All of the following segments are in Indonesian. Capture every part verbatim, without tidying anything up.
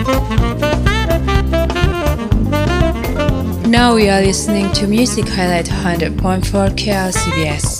Now we are listening to Music Highlight one hundred point four K L C B S.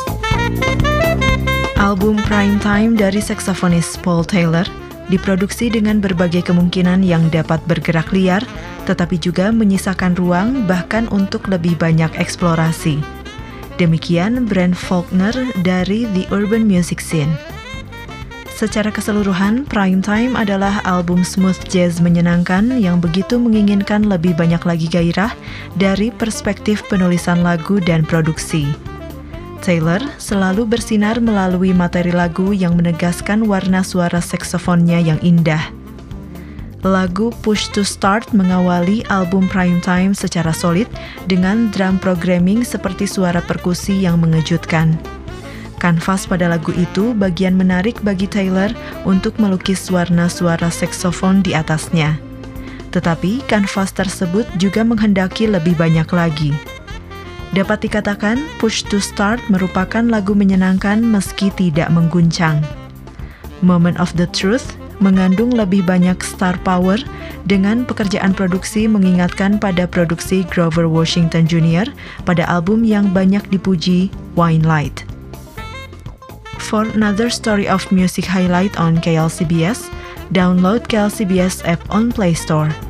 Album Primetime dari saksofonis Paul Taylor diproduksi dengan berbagai kemungkinan yang dapat bergerak liar, tetapi juga menyisakan ruang bahkan untuk lebih banyak eksplorasi. Demikian Brent Faulkner dari The Urban Music Scene. Secara keseluruhan, Primetime adalah album smooth jazz menyenangkan yang begitu menginginkan lebih banyak lagi gairah dari perspektif penulisan lagu dan produksi. Taylor selalu bersinar melalui materi lagu yang menegaskan warna suara saksofonnya yang indah. Lagu Push to Start mengawali album Primetime secara solid dengan drum programming seperti suara perkusi yang mengejutkan. Kanvas pada lagu itu bagian menarik bagi Taylor untuk melukis warna suara saksofon di atasnya. Tetapi kanvas tersebut juga menghendaki lebih banyak lagi. Dapat dikatakan, Push to Start merupakan lagu menyenangkan meski tidak mengguncang. Moment of the Truth mengandung lebih banyak star power dengan pekerjaan produksi mengingatkan pada produksi Grover Washington Junior pada album yang banyak dipuji, Wine Light. For another story of music highlight on K L C B S, download K L C B S app on Play Store.